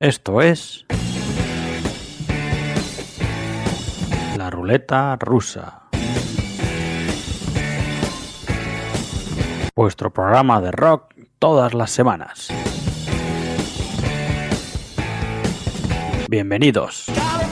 Esto es La Ruleta Rusa, vuestro programa de rock todas las semanas. Bienvenidos.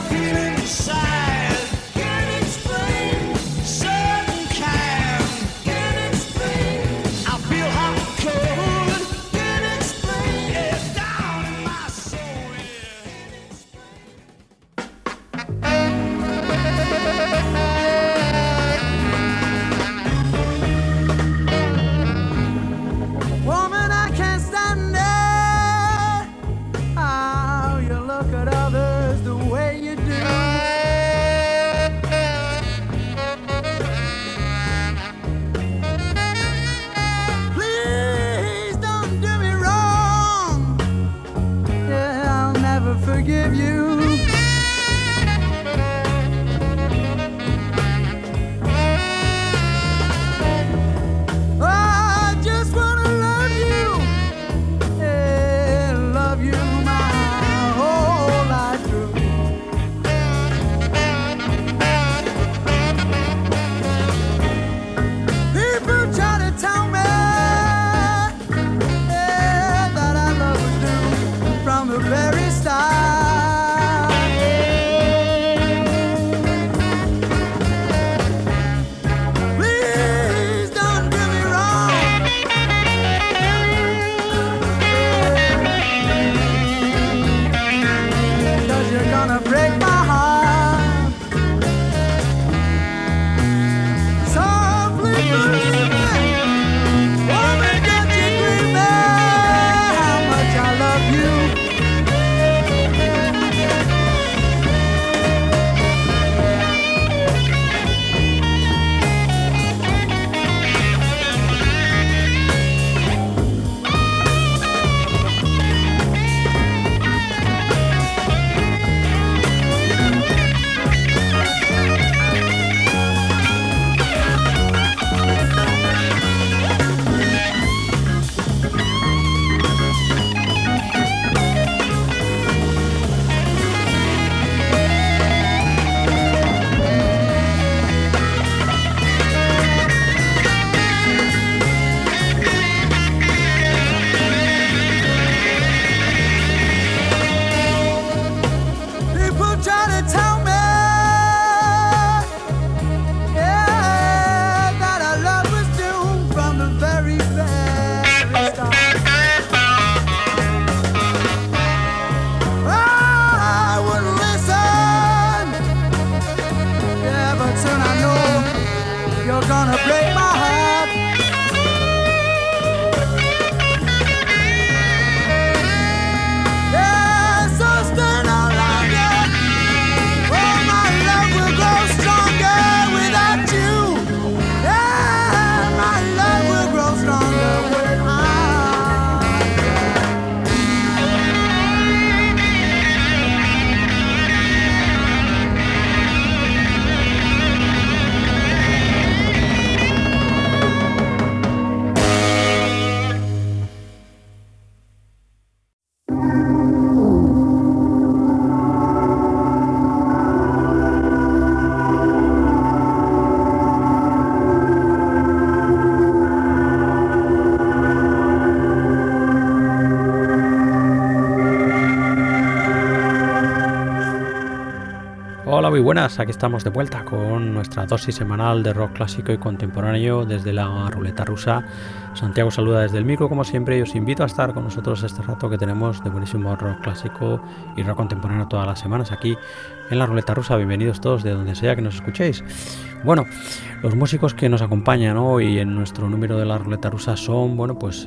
Hola, muy buenas, aquí estamos de vuelta con nuestra dosis semanal de rock clásico y contemporáneo desde la Ruleta Rusa. Santiago saluda desde el micro como siempre y os invito a estar con nosotros este rato que tenemos de buenísimo rock clásico y rock contemporáneo todas las semanas aquí en la Ruleta Rusa. Bienvenidos todos de donde sea que nos escuchéis. Bueno, los músicos que nos acompañan hoy en nuestro número de la Ruleta Rusa son, los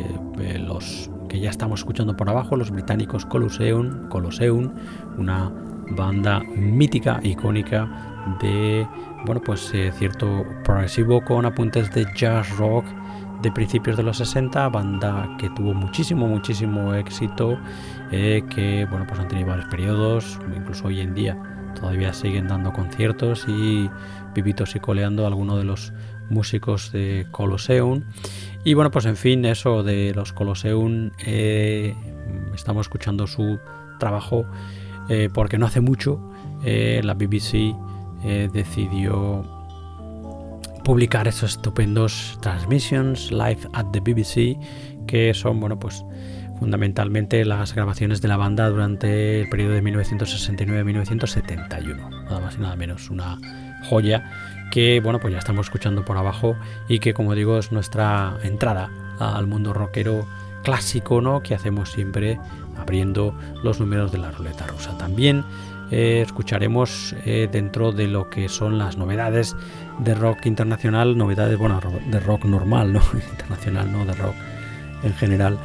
que ya estamos escuchando por abajo, los británicos Colosseum, una banda mítica, icónica de cierto progresivo con apuntes de jazz rock de principios de los 60, banda que tuvo muchísimo éxito, que han tenido varios periodos, incluso hoy en día todavía siguen dando conciertos y vivitos y coleando algunos de los músicos de Colosseum. Y eso de los Colosseum, estamos escuchando su trabajo porque no hace mucho la BBC decidió publicar esos estupendos Transmissions Live at the BBC, que son, bueno, pues fundamentalmente las grabaciones de la banda durante el periodo de 1969-1971, nada más y nada menos, una joya que, bueno, pues ya estamos escuchando por abajo y que, como digo, es nuestra entrada al mundo rockero clásico, ¿no?, que hacemos siempre abriendo los números de la ruleta rusa. También escucharemos dentro de lo que son las novedades de rock internacional, novedades, bueno, de rock normal, no internacional, no, de rock en general,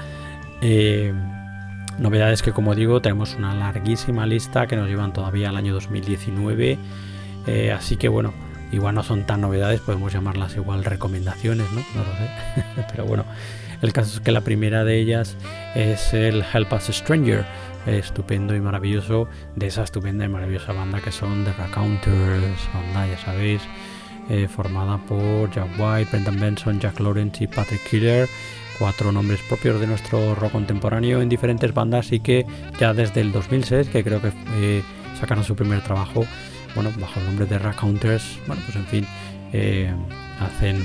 novedades que, como digo, tenemos una larguísima lista que nos llevan todavía al año 2019, así que bueno, igual no son tan novedades, podemos llamarlas igual recomendaciones, no lo sé, pero bueno, el caso es que la primera de ellas es el Help Us Stranger, estupendo y maravilloso, de esa estupenda y maravillosa banda que son The Raconteurs, banda, ya sabéis, formada por Jack White, Brendan Benson, Jack Lawrence y Patrick Killer, 4 nombres propios de nuestro rock contemporáneo en diferentes bandas, y que ya desde el 2006, que creo que sacaron su primer trabajo, bueno, bajo el nombre de Raconteurs, bueno, pues en fin, hacen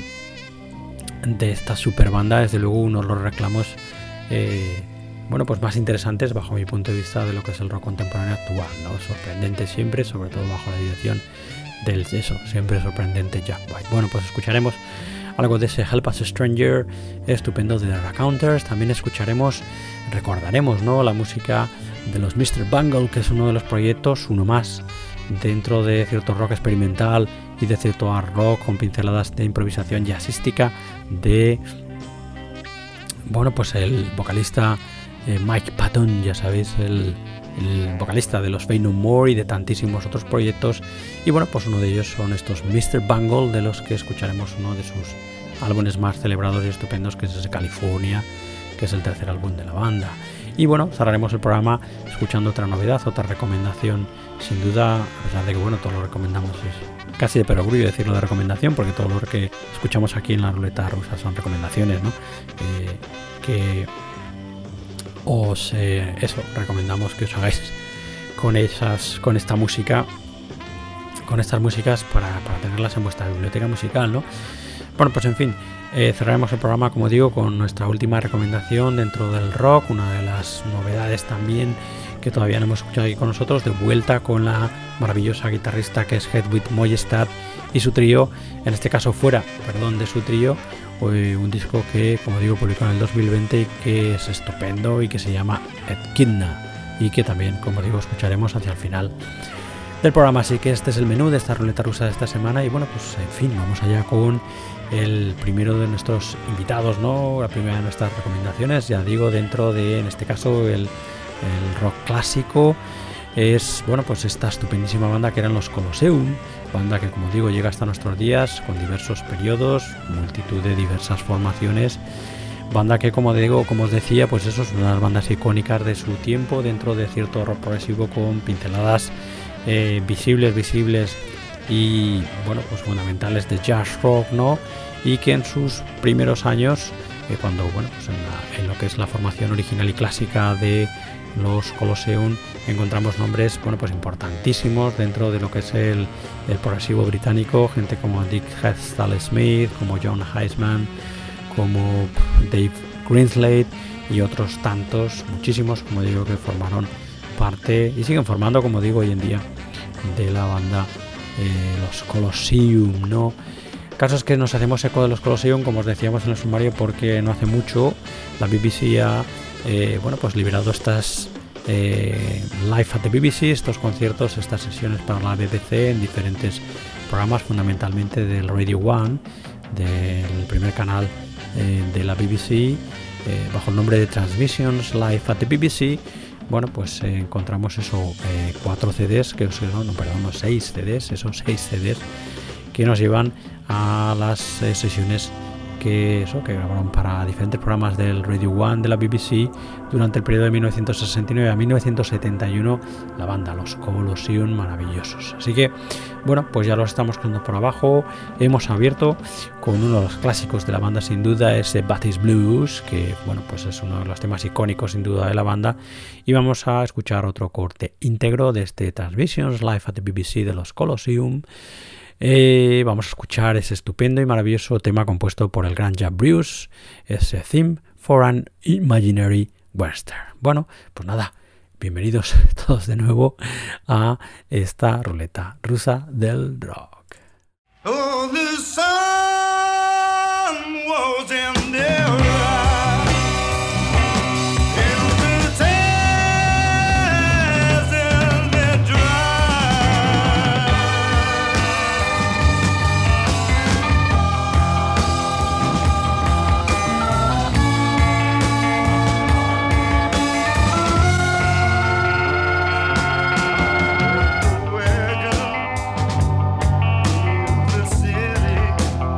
de esta super banda desde luego uno de los reclamos bueno, pues más interesantes bajo mi punto de vista de lo que es el rock contemporáneo actual, ¿no? Sorprendente siempre, sobre todo bajo la dirección del siempre sorprendente Jack White. Bueno, pues escucharemos algo de ese Help Us Stranger estupendo de The Raconteurs. También recordaremos, ¿no?, la música de los Mr. Bungle, que es uno de los proyectos, uno más dentro de cierto rock experimental y de cierto art rock con pinceladas de improvisación jazzística de, bueno, pues el vocalista Mike Patton, ya sabéis, el vocalista de los Faith No More y de tantísimos otros proyectos, y bueno, pues uno de ellos son estos Mr. Bungle, de los que escucharemos uno de sus álbumes más celebrados y estupendos, que es ese California, que es el tercer álbum de la banda. Y bueno, cerraremos el programa escuchando otra novedad, otra recomendación, sin duda, a pesar de que, bueno, todo lo recomendamos, es casi de perogrullo decirlo de recomendación, porque todo lo que escuchamos aquí en la ruleta rusa son recomendaciones, ¿no? Que os recomendamos que os hagáis con esta música, con estas músicas para tenerlas en vuestra biblioteca musical, ¿no? Bueno, pues en fin, cerraremos el programa, como digo, con nuestra última recomendación dentro del rock, una de las novedades también que todavía no hemos escuchado aquí con nosotros, de vuelta con la maravillosa guitarrista que es Hedwig Mollestad y su trío, en este caso de su trío, un disco que, como digo, publicó en el 2020 y que es estupendo y que se llama Echidna, y que también, como digo, escucharemos hacia el final del programa. Así que este es el menú de esta ruleta rusa de esta semana, y bueno, pues en fin, vamos allá con el primero de nuestros invitados, ¿no? La primera de nuestras recomendaciones, ya digo, dentro de, en este caso, el rock clásico, es, bueno, pues esta estupendísima banda que eran los Colosseum, banda que, como digo, llega hasta nuestros días con diversos periodos, multitud de diversas formaciones, banda que, como os decía, pues eso, son unas bandas icónicas de su tiempo dentro de cierto rock progresivo con pinceladas visibles y, bueno, pues fundamentales de jazz rock, ¿no? Y que en sus primeros años, cuando, bueno, pues en lo que es la formación original y clásica de los Colosseum, encontramos nombres, bueno, pues importantísimos dentro de lo que es el progresivo británico, gente como Dick Heathstall Smith, como John Heisman, como Dave Greenslade y otros tantos, muchísimos, como digo, que formaron parte y siguen formando, como digo, hoy en día, de la banda los Colosseum, ¿no? Caso es que nos hacemos eco de los Colosseum, como os decíamos en el sumario, porque no hace mucho la BBC ha bueno, pues liberado estas Live at the BBC, estos conciertos, estas sesiones para la BBC en diferentes programas, fundamentalmente del Radio One, del primer canal de la BBC, bajo el nombre de Transmissions Live at the BBC. Bueno, pues encontramos eso, 4 CDs, que no, 6 CDs, esos 6 CDs que nos llevan a las sesiones que grabaron para diferentes programas del Radio One de la BBC durante el periodo de 1969 a 1971, la banda Los Colosseum, maravillosos. Así que, bueno, pues ya lo estamos quedando por abajo. Hemos abierto con uno de los clásicos de la banda, sin duda, ese Batty's Blues, que, bueno, pues es uno de los temas icónicos, sin duda, de la banda. Y vamos a escuchar otro corte íntegro de este Transmissions Live at the BBC de Los Colosseum. Vamos a escuchar ese estupendo y maravilloso tema compuesto por el gran Jack Bruce, ese Theme for an Imaginary Western. Bueno, pues nada, bienvenidos todos de nuevo a esta ruleta rusa del rock. Oh, the sun was in there. City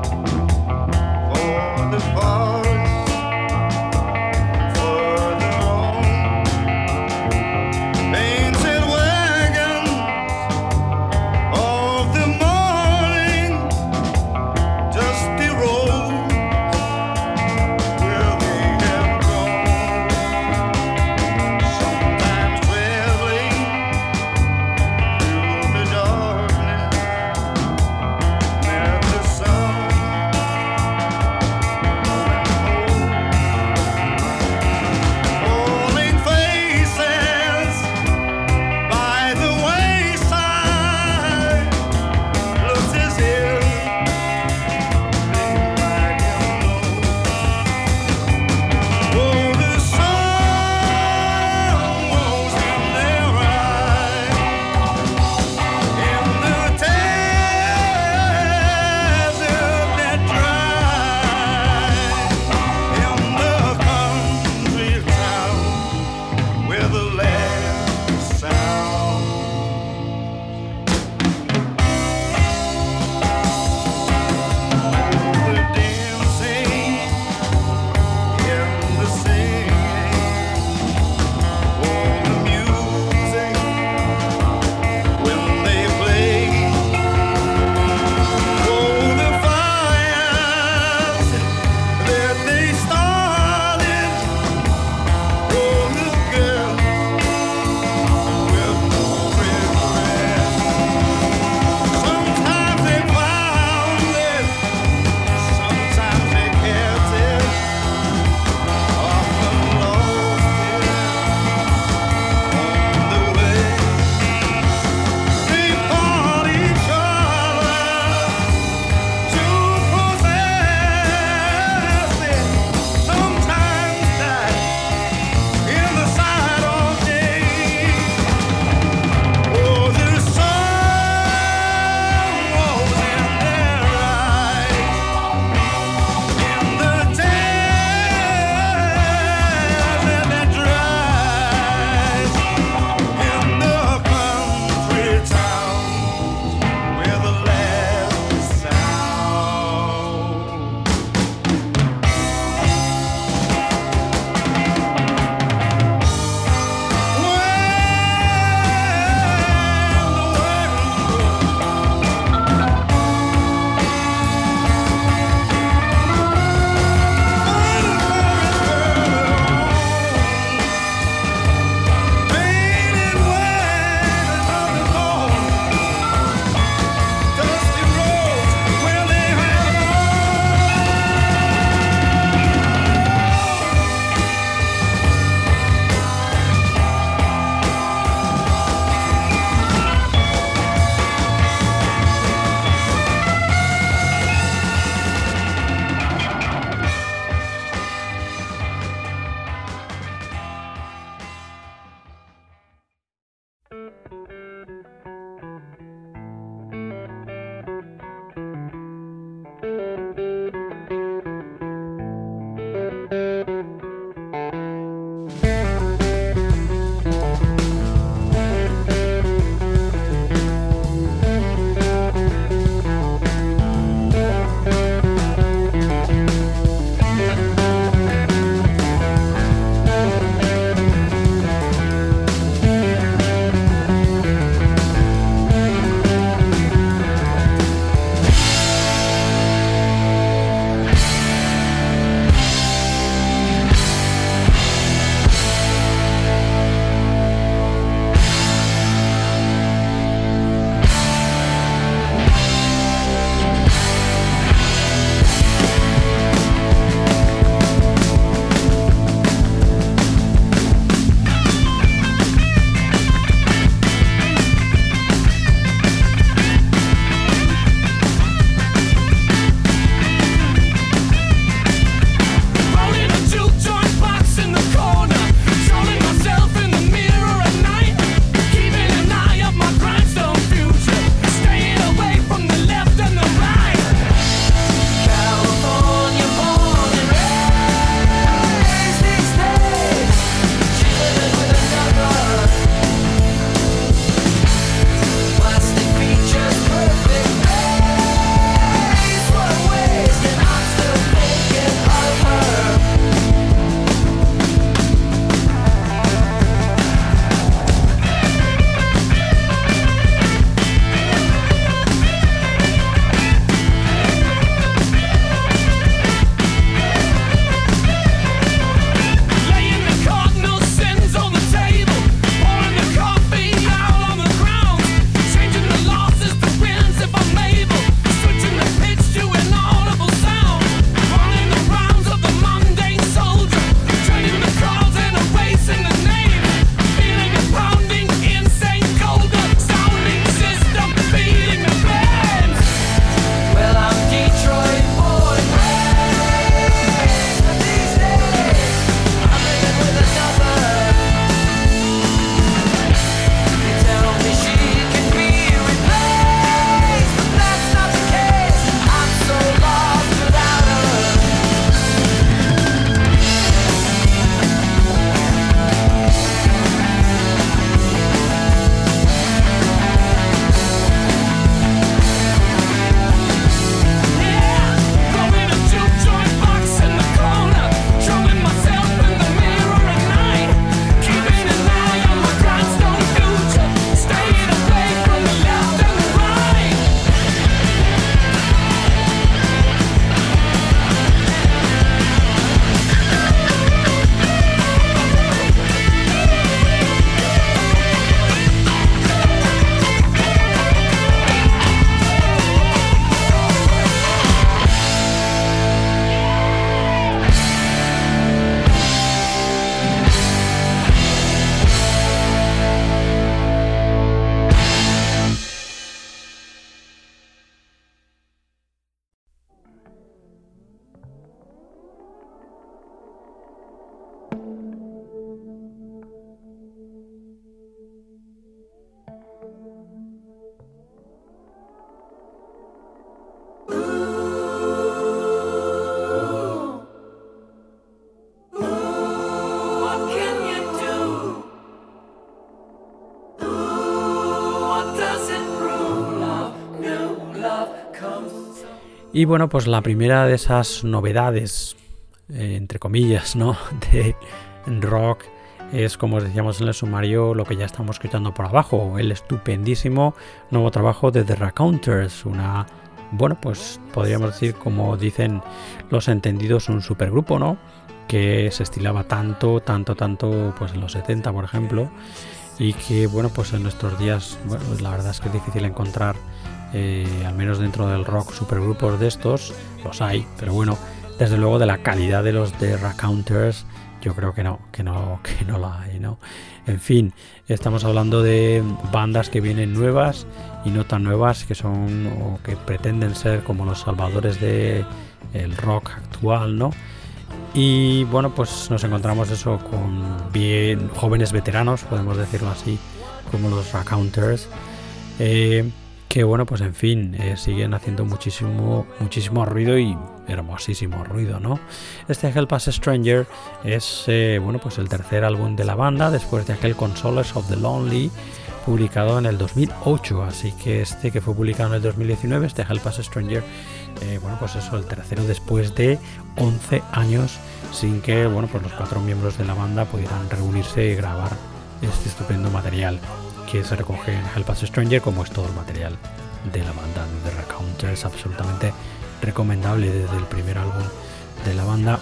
Y bueno, pues la primera de esas novedades, entre comillas, ¿no?, de rock es, como os decíamos en el sumario, lo que ya estamos escuchando por abajo, el estupendísimo nuevo trabajo de The Raconteurs, una, bueno, pues podríamos decir, como dicen los entendidos, un supergrupo, ¿no?, que se estilaba tanto, pues en los 70, por ejemplo, y que, bueno, pues en nuestros días, bueno, pues la verdad es que es difícil encontrar, al menos dentro del rock, supergrupos de estos. Los hay, pero bueno, desde luego de la calidad de los de Raconteurs, yo creo que no la hay, ¿no? En fin, estamos hablando de bandas que vienen nuevas y no tan nuevas, que son o que pretenden ser como los salvadores de el rock actual, ¿no? Y bueno, pues nos encontramos eso con bien jóvenes veteranos, podemos decirlo así, como los Raconteurs, que bueno, pues en fin, siguen haciendo muchísimo ruido y hermosísimo ruido, ¿no? Este Help Us Stranger es, bueno, pues el tercer álbum de la banda después de aquel Consolers of the Lonely, publicado en el 2008, así que este que fue publicado en el 2019, este Help Us Stranger, bueno, pues eso, el tercero después de 11 años sin que, bueno, pues los 4 miembros de la banda pudieran reunirse y grabar este estupendo material que se recoge en Help Us Stranger, como es todo el material de la banda de The Raconteurs, absolutamente recomendable desde el primer álbum de la banda.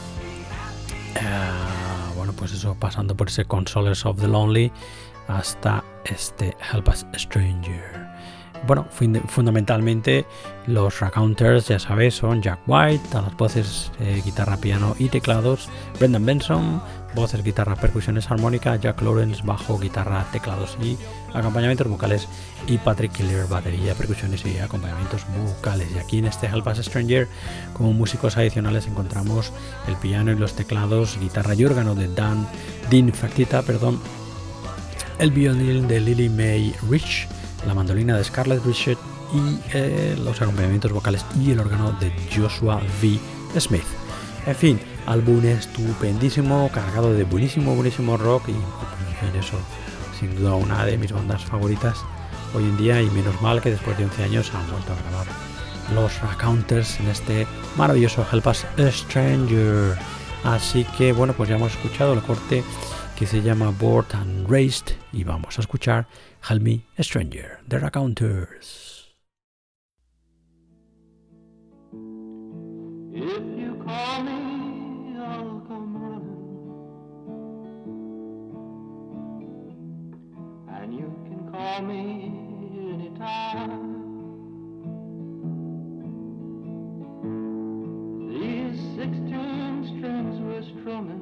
Bueno, pues eso, pasando por ese Consolers of the Lonely hasta este Help Us Stranger. Bueno, fundamentalmente los Raconteurs, ya sabéis, son Jack White a las voces, guitarra, piano y teclados, Brendan Benson, voces, guitarra, percusiones, armónica, Jack Lawrence, bajo, guitarra, teclados y acompañamientos vocales, y Patrick Killer, batería, percusiones y acompañamientos vocales. Y aquí en este Help Us Stranger, como músicos adicionales, encontramos el piano y los teclados, guitarra y órgano de Dean Factita, el violín de Lily Mae Rich, la mandolina de Scarlett Richard y los acompañamientos vocales y el órgano de Joshua V. Smith. En fin, álbum estupendísimo, cargado de buenísimo rock y, en fin, eso, sin duda una de mis bandas favoritas hoy en día, y menos mal que después de 11 años han vuelto a grabar los Raconteurs en este maravilloso Help Us Stranger. Así que bueno, pues ya hemos escuchado el corte que se llama Bored and Raised y vamos a escuchar Help Me Stranger, The Raconteurs. If you call me, I'll come running, and you can call me anytime. These 16 strings were strumming,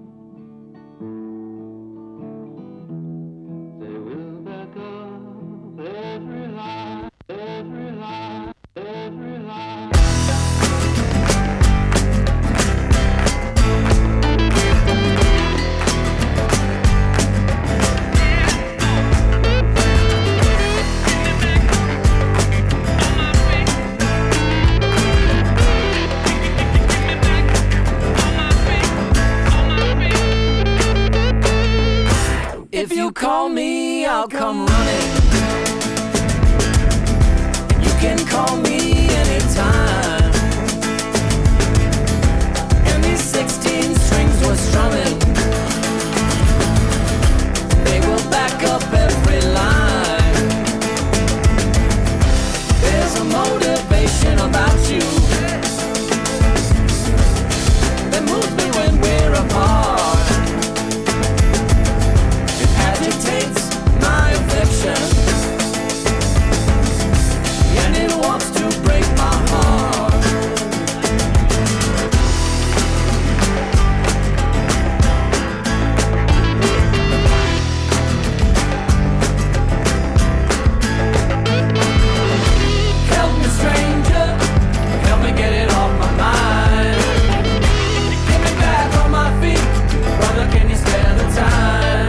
they will back up every line, every line, every line. If you call me, I'll come running. You can call me anytime. And these 16 strings were strumming, they will back up every line. There's a motivation about you that moves me when we're apart. Agitates my affection, and it wants to break my heart. Help me, stranger, help me get it off my mind. Get me back on my feet, brother, can you spare the time?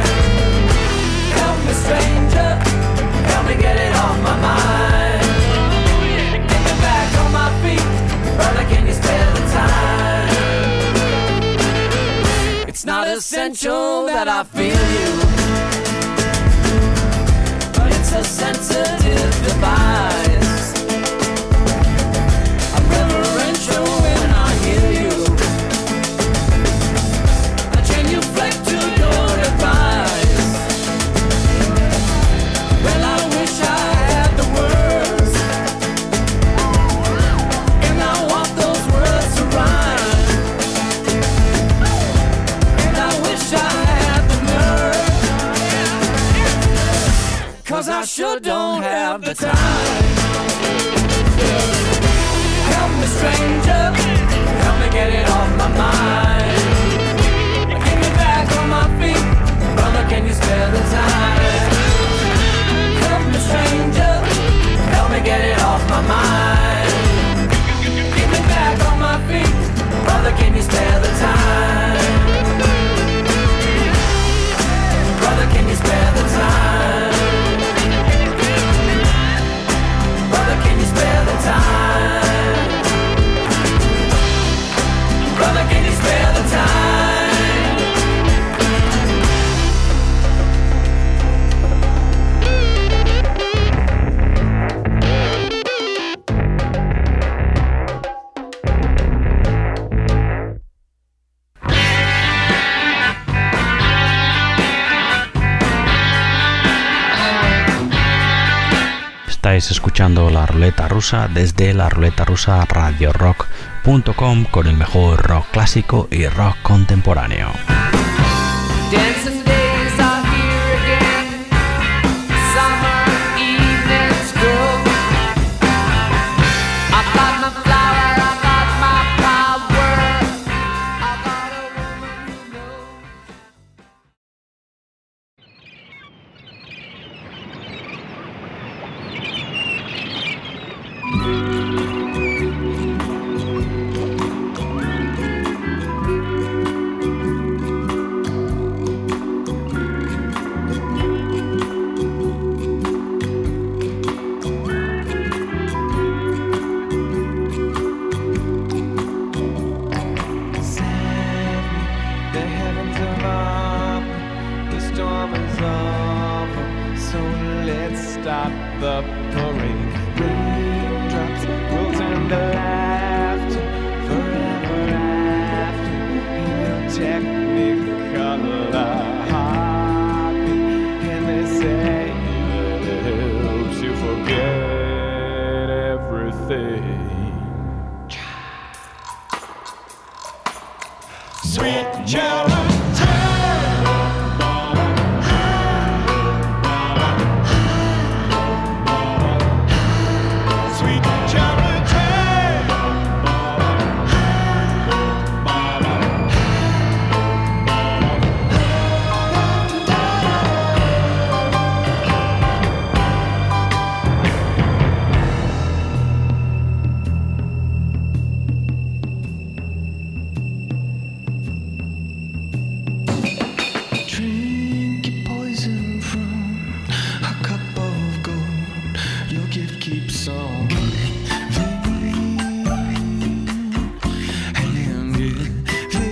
Stranger, help me get it off my mind. Get me back on my feet, brother, can you spare the time? It's not essential that I feel you, but it's a sensitive device. I'm never 'cause I sure don't have the time. Help me, stranger, help me get it off my mind. Get me back on my feet, brother, can you spare the time? Help me, stranger, help me get it off my mind. Get me back on my feet, brother, can you spare the time? Brother, can you spare the time? Brother, can you spare the time? Brother, can you spare the time? Estáis escuchando La Ruleta Rusa desde la Ruleta Rusa radiorock.com con el mejor rock clásico y rock contemporáneo. Dancing days are here again. Summer evenings go. I've got my flower, I've got my power. I've got a woman who knows. The heavens are up, the storm is over, so let's stop the parade. Raindrops will turn to laughter forever after in your technicolor heartbeat, and they say it helps you forget everything. Sweet Charity. Sweet Charity. Drink your poison from a cup of gold. Your gift keeps on giving and giving.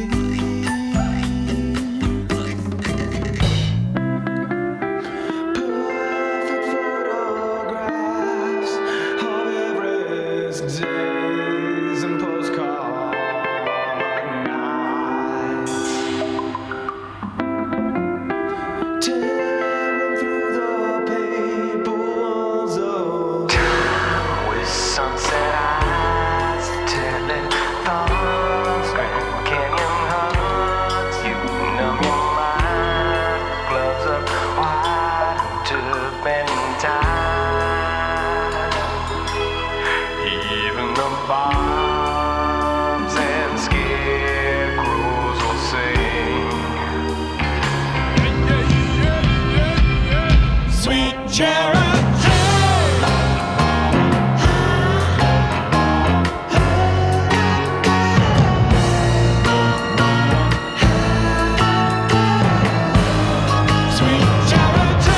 Perfect photographs of Everest days and postcard nights. Tearing through the paper walls of time with sunset eyes, telling thoughts, Grand Canyon hugs, you numb your mind, gloves up wide, turpentine. Even the bombs and scarecrows will sing. Sweet Charity. Sweet Charity.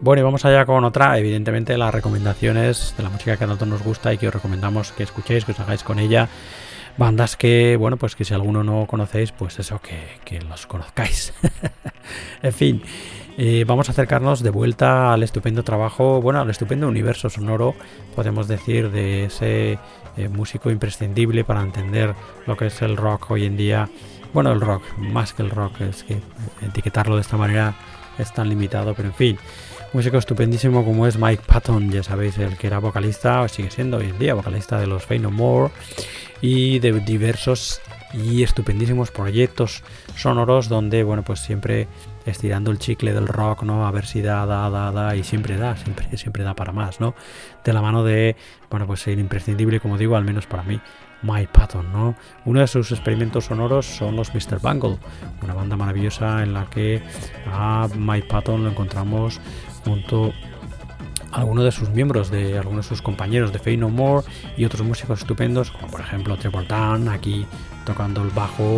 Bueno, y vamos allá con otra, evidentemente las recomendaciones de la música que a nosotros nos gusta y que os recomendamos que escuchéis, que os hagáis con ella. Bandas que, bueno, pues que si alguno no conocéis, pues eso, que los conozcáis. En fin, vamos a acercarnos de vuelta al estupendo trabajo, bueno, al estupendo universo sonoro, podemos decir, de ese músico imprescindible para entender lo que es el rock hoy en día. Bueno, el rock, más que el rock, es que etiquetarlo de esta manera es tan limitado, pero en fin, músico estupendísimo como es Mike Patton, ya sabéis, el que era vocalista, o sigue siendo hoy en día vocalista de los Faith No More y de diversos y estupendísimos proyectos sonoros donde, bueno, pues siempre estirando el chicle del rock, ¿no? A ver si da y siempre da para más, ¿no? De la mano de, bueno, pues el imprescindible, como digo, al menos para mí, Mike Patton, ¿no? Uno de sus experimentos sonoros son los Mr. Bungle, una banda maravillosa en la que a Mike Patton lo encontramos junto a algunos de sus miembros, de algunos de sus compañeros de Faith No More y otros músicos estupendos, como por ejemplo Trevor Dunn aquí tocando el bajo,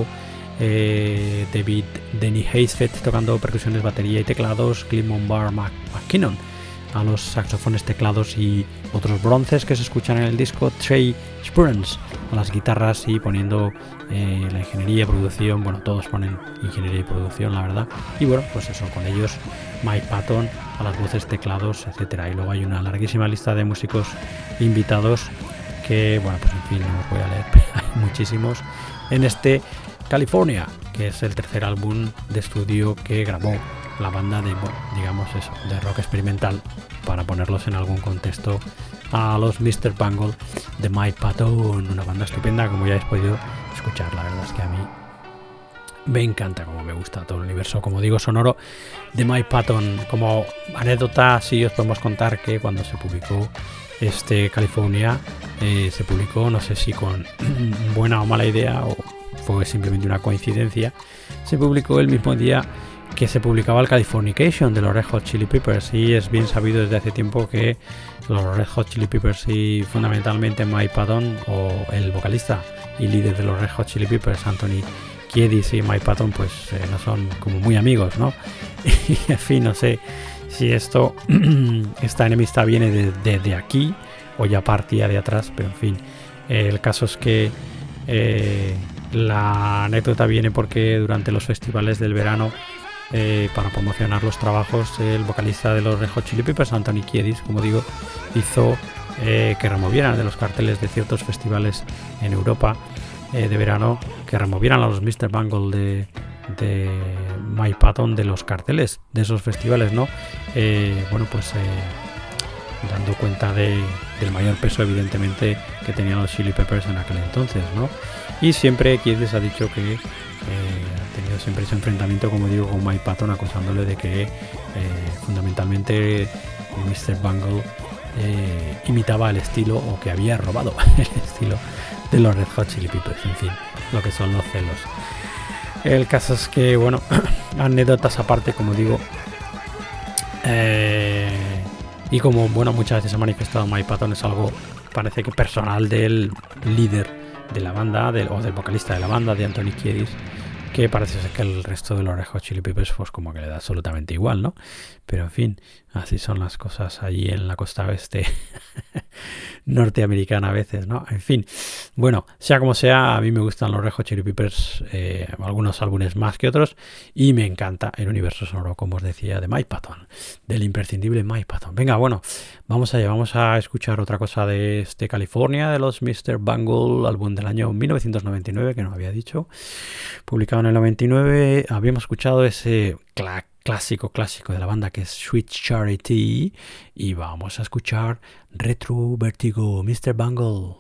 Denny Haysfeld tocando percusiones, batería y teclados, Clint Montbar McKinnon a los saxofones, teclados y otros bronces que se escuchan en el disco, Trey Spurns a las guitarras y poniendo la ingeniería y producción, bueno, todos ponen ingeniería y producción, la verdad, y bueno, pues eso, con ellos Mike Patton a las voces, teclados, etcétera. Y luego hay una larguísima lista de músicos invitados que, bueno, pues en fin, no os voy a leer, pero hay muchísimos en este California, que es el tercer álbum de estudio que grabó la banda de, bueno, digamos eso, de rock experimental, para ponerlos en algún contexto, a los Mr. Bungle de Mike Patton, una banda estupenda, como ya habéis podido escuchar. La verdad es que a mí me encanta, como me gusta todo el universo, como digo, sonoro de Mike Patton. Como anécdota, sí os podemos contar que cuando se publicó este California, se publicó, no sé si con buena o mala idea o fue simplemente una coincidencia, se publicó el mismo día que se publicaba el Californication de los Red Hot Chili Peppers, y es bien sabido desde hace tiempo que los Red Hot Chili Peppers y fundamentalmente Mike Patton, o el vocalista y líder de los Red Hot Chili Peppers, Anthony Kiedis, y Mike Patton, pues no son como muy amigos, ¿no? Y en fin, no sé si esta enemistad viene de aquí o ya partía de atrás, pero en fin, el caso es que la anécdota viene porque durante los festivales del verano, para promocionar los trabajos, el vocalista de los Red Hot Chili Peppers, Anthony Kiedis, como digo, hizo que removieran de los carteles de ciertos festivales en Europa de verano, que removieran a los Mr. Bungle de Mike Patton de los carteles de esos festivales, ¿no? Bueno, pues dando cuenta del mayor peso, evidentemente, que tenían los Chili Peppers en aquel entonces, ¿no? Y siempre Kiedis ha dicho que ha tenido siempre ese enfrentamiento, como digo, con Mike Patton, acusándole de que fundamentalmente Mr. Bungle imitaba el estilo, o que había robado el estilo de los Red Hot Chili Peppers, en fin, lo que son los celos. El caso es que, bueno, anécdotas aparte, como digo, y como, bueno, muchas veces ha manifestado Mike Patton, es algo, parece que personal del líder de la banda, o del vocalista de la banda, de Anthony Kiedis, que parece ser que el resto de los Red Hot Chili Peppers pues como que le da absolutamente igual, ¿no? Pero en fin, así son las cosas allí en la costa oeste norteamericana a veces, ¿no? En fin, bueno, sea como sea, a mí me gustan los Red Hot Chili Peppers, algunos álbumes más que otros, y me encanta el universo sonoro, como os decía, de Mike Patton, del imprescindible Mike Patton. Venga, bueno, vamos allá, vamos a escuchar otra cosa de este California, de los Mr. Bungle, álbum del año 1999, que no había dicho, publicado en el 99. Habíamos escuchado ese clásico de la banda, que es Sweet Charity, y vamos a escuchar Retro Vertigo, Mr. Bungle.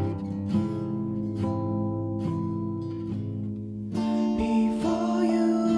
Before you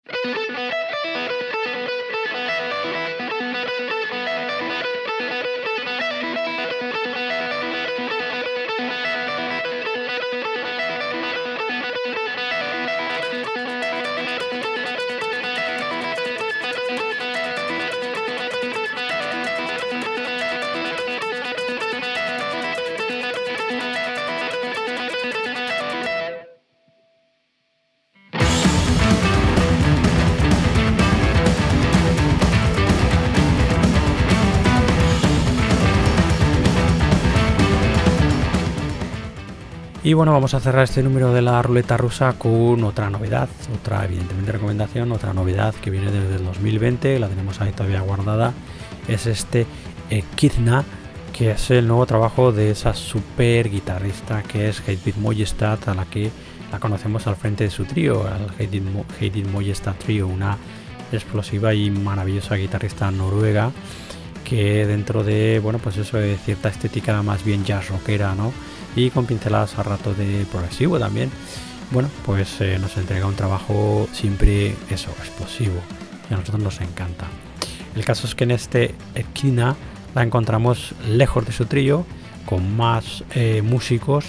Y bueno, vamos a cerrar este número de la ruleta rusa con otra novedad, otra evidentemente recomendación, otra novedad que viene desde el 2020, la tenemos ahí todavía guardada, es este Echidna, que es el nuevo trabajo de esa super guitarrista que es Heidi Mollestad, a la que la conocemos al frente de su trío, al Heidi Mollestad Trio, una explosiva y maravillosa guitarrista noruega que dentro de, bueno, pues eso de cierta estética más bien jazz rockera, ¿no? Y con pinceladas a rato de progresivo también, bueno, pues nos entrega un trabajo siempre eso, explosivo, y a nosotros nos encanta. El caso es que en este Echidna la encontramos lejos de su trío, con más músicos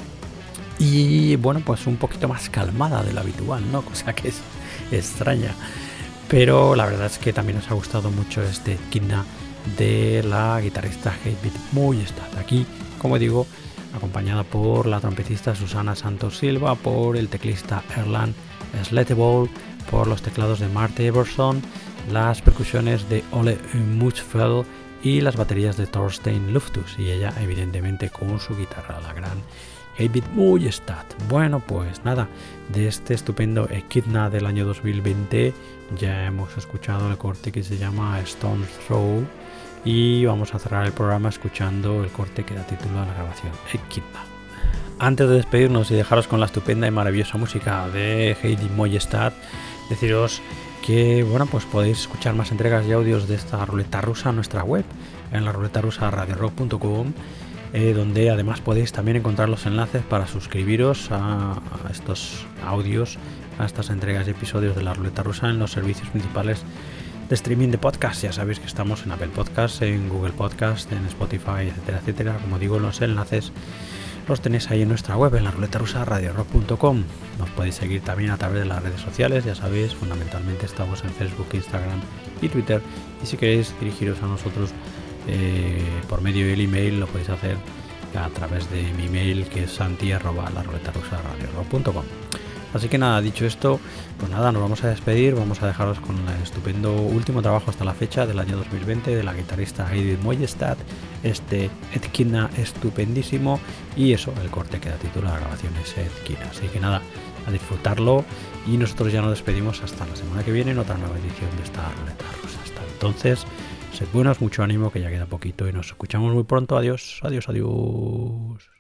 y bueno, pues un poquito más calmada de lo habitual, ¿no? Cosa que es extraña, pero la verdad es que también nos ha gustado mucho este Echidna de la guitarrista Heidi Mollestad, aquí, como digo, acompañada por la trompetista Susana Santos Silva, por el teclista Erland Sletebold, por los teclados de Marte Everson, las percusiones de Ole Mutzfeld y las baterías de Thorstein Luftus, y ella evidentemente con su guitarra, la gran Heidi Mollestad. Bueno, pues nada, de este estupendo Echidna del año 2020 ya hemos escuchado el corte que se llama Stone's Throw, y vamos a cerrar el programa escuchando el corte que da título a la grabación, Echidna. Antes de despedirnos y dejaros con la estupenda y maravillosa música de Heidi Mollestad, deciros que bueno, pues podéis escuchar más entregas y audios de esta ruleta rusa en nuestra web, en la ruleta rusa radiorock.com, donde además podéis también encontrar los enlaces para suscribiros a estos audios, a estas entregas y episodios de la ruleta rusa en los servicios principales de streaming de podcast. Ya sabéis que estamos en Apple Podcast, en Google Podcast, en Spotify, etcétera, etcétera. Como digo, los enlaces los tenéis ahí en nuestra web, en la ruleta rusa radiorock.com. Nos podéis seguir también a través de las redes sociales, ya sabéis, fundamentalmente estamos en Facebook, Instagram y Twitter. Y si queréis dirigiros a nosotros por medio del email, lo podéis hacer a través de mi email, que es santi@laruletarusaradiorock.com. Así que nada, dicho esto, pues nada, nos vamos a despedir, vamos a dejaros con el estupendo último trabajo hasta la fecha del año 2020 de la guitarrista Heidi Mollestad, este Echidna estupendísimo, y eso, el corte que da título a la grabación es Echidna. Así que nada, a disfrutarlo, y nosotros ya nos despedimos hasta la semana que viene en otra nueva edición de esta ruleta rusa. Hasta entonces, sed buenos, mucho ánimo, que ya queda poquito y nos escuchamos muy pronto. Adiós, adiós, adiós.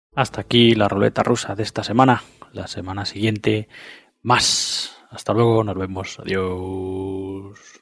Hasta aquí la ruleta rusa de esta semana. La semana siguiente, más. Hasta luego, nos vemos. Adiós.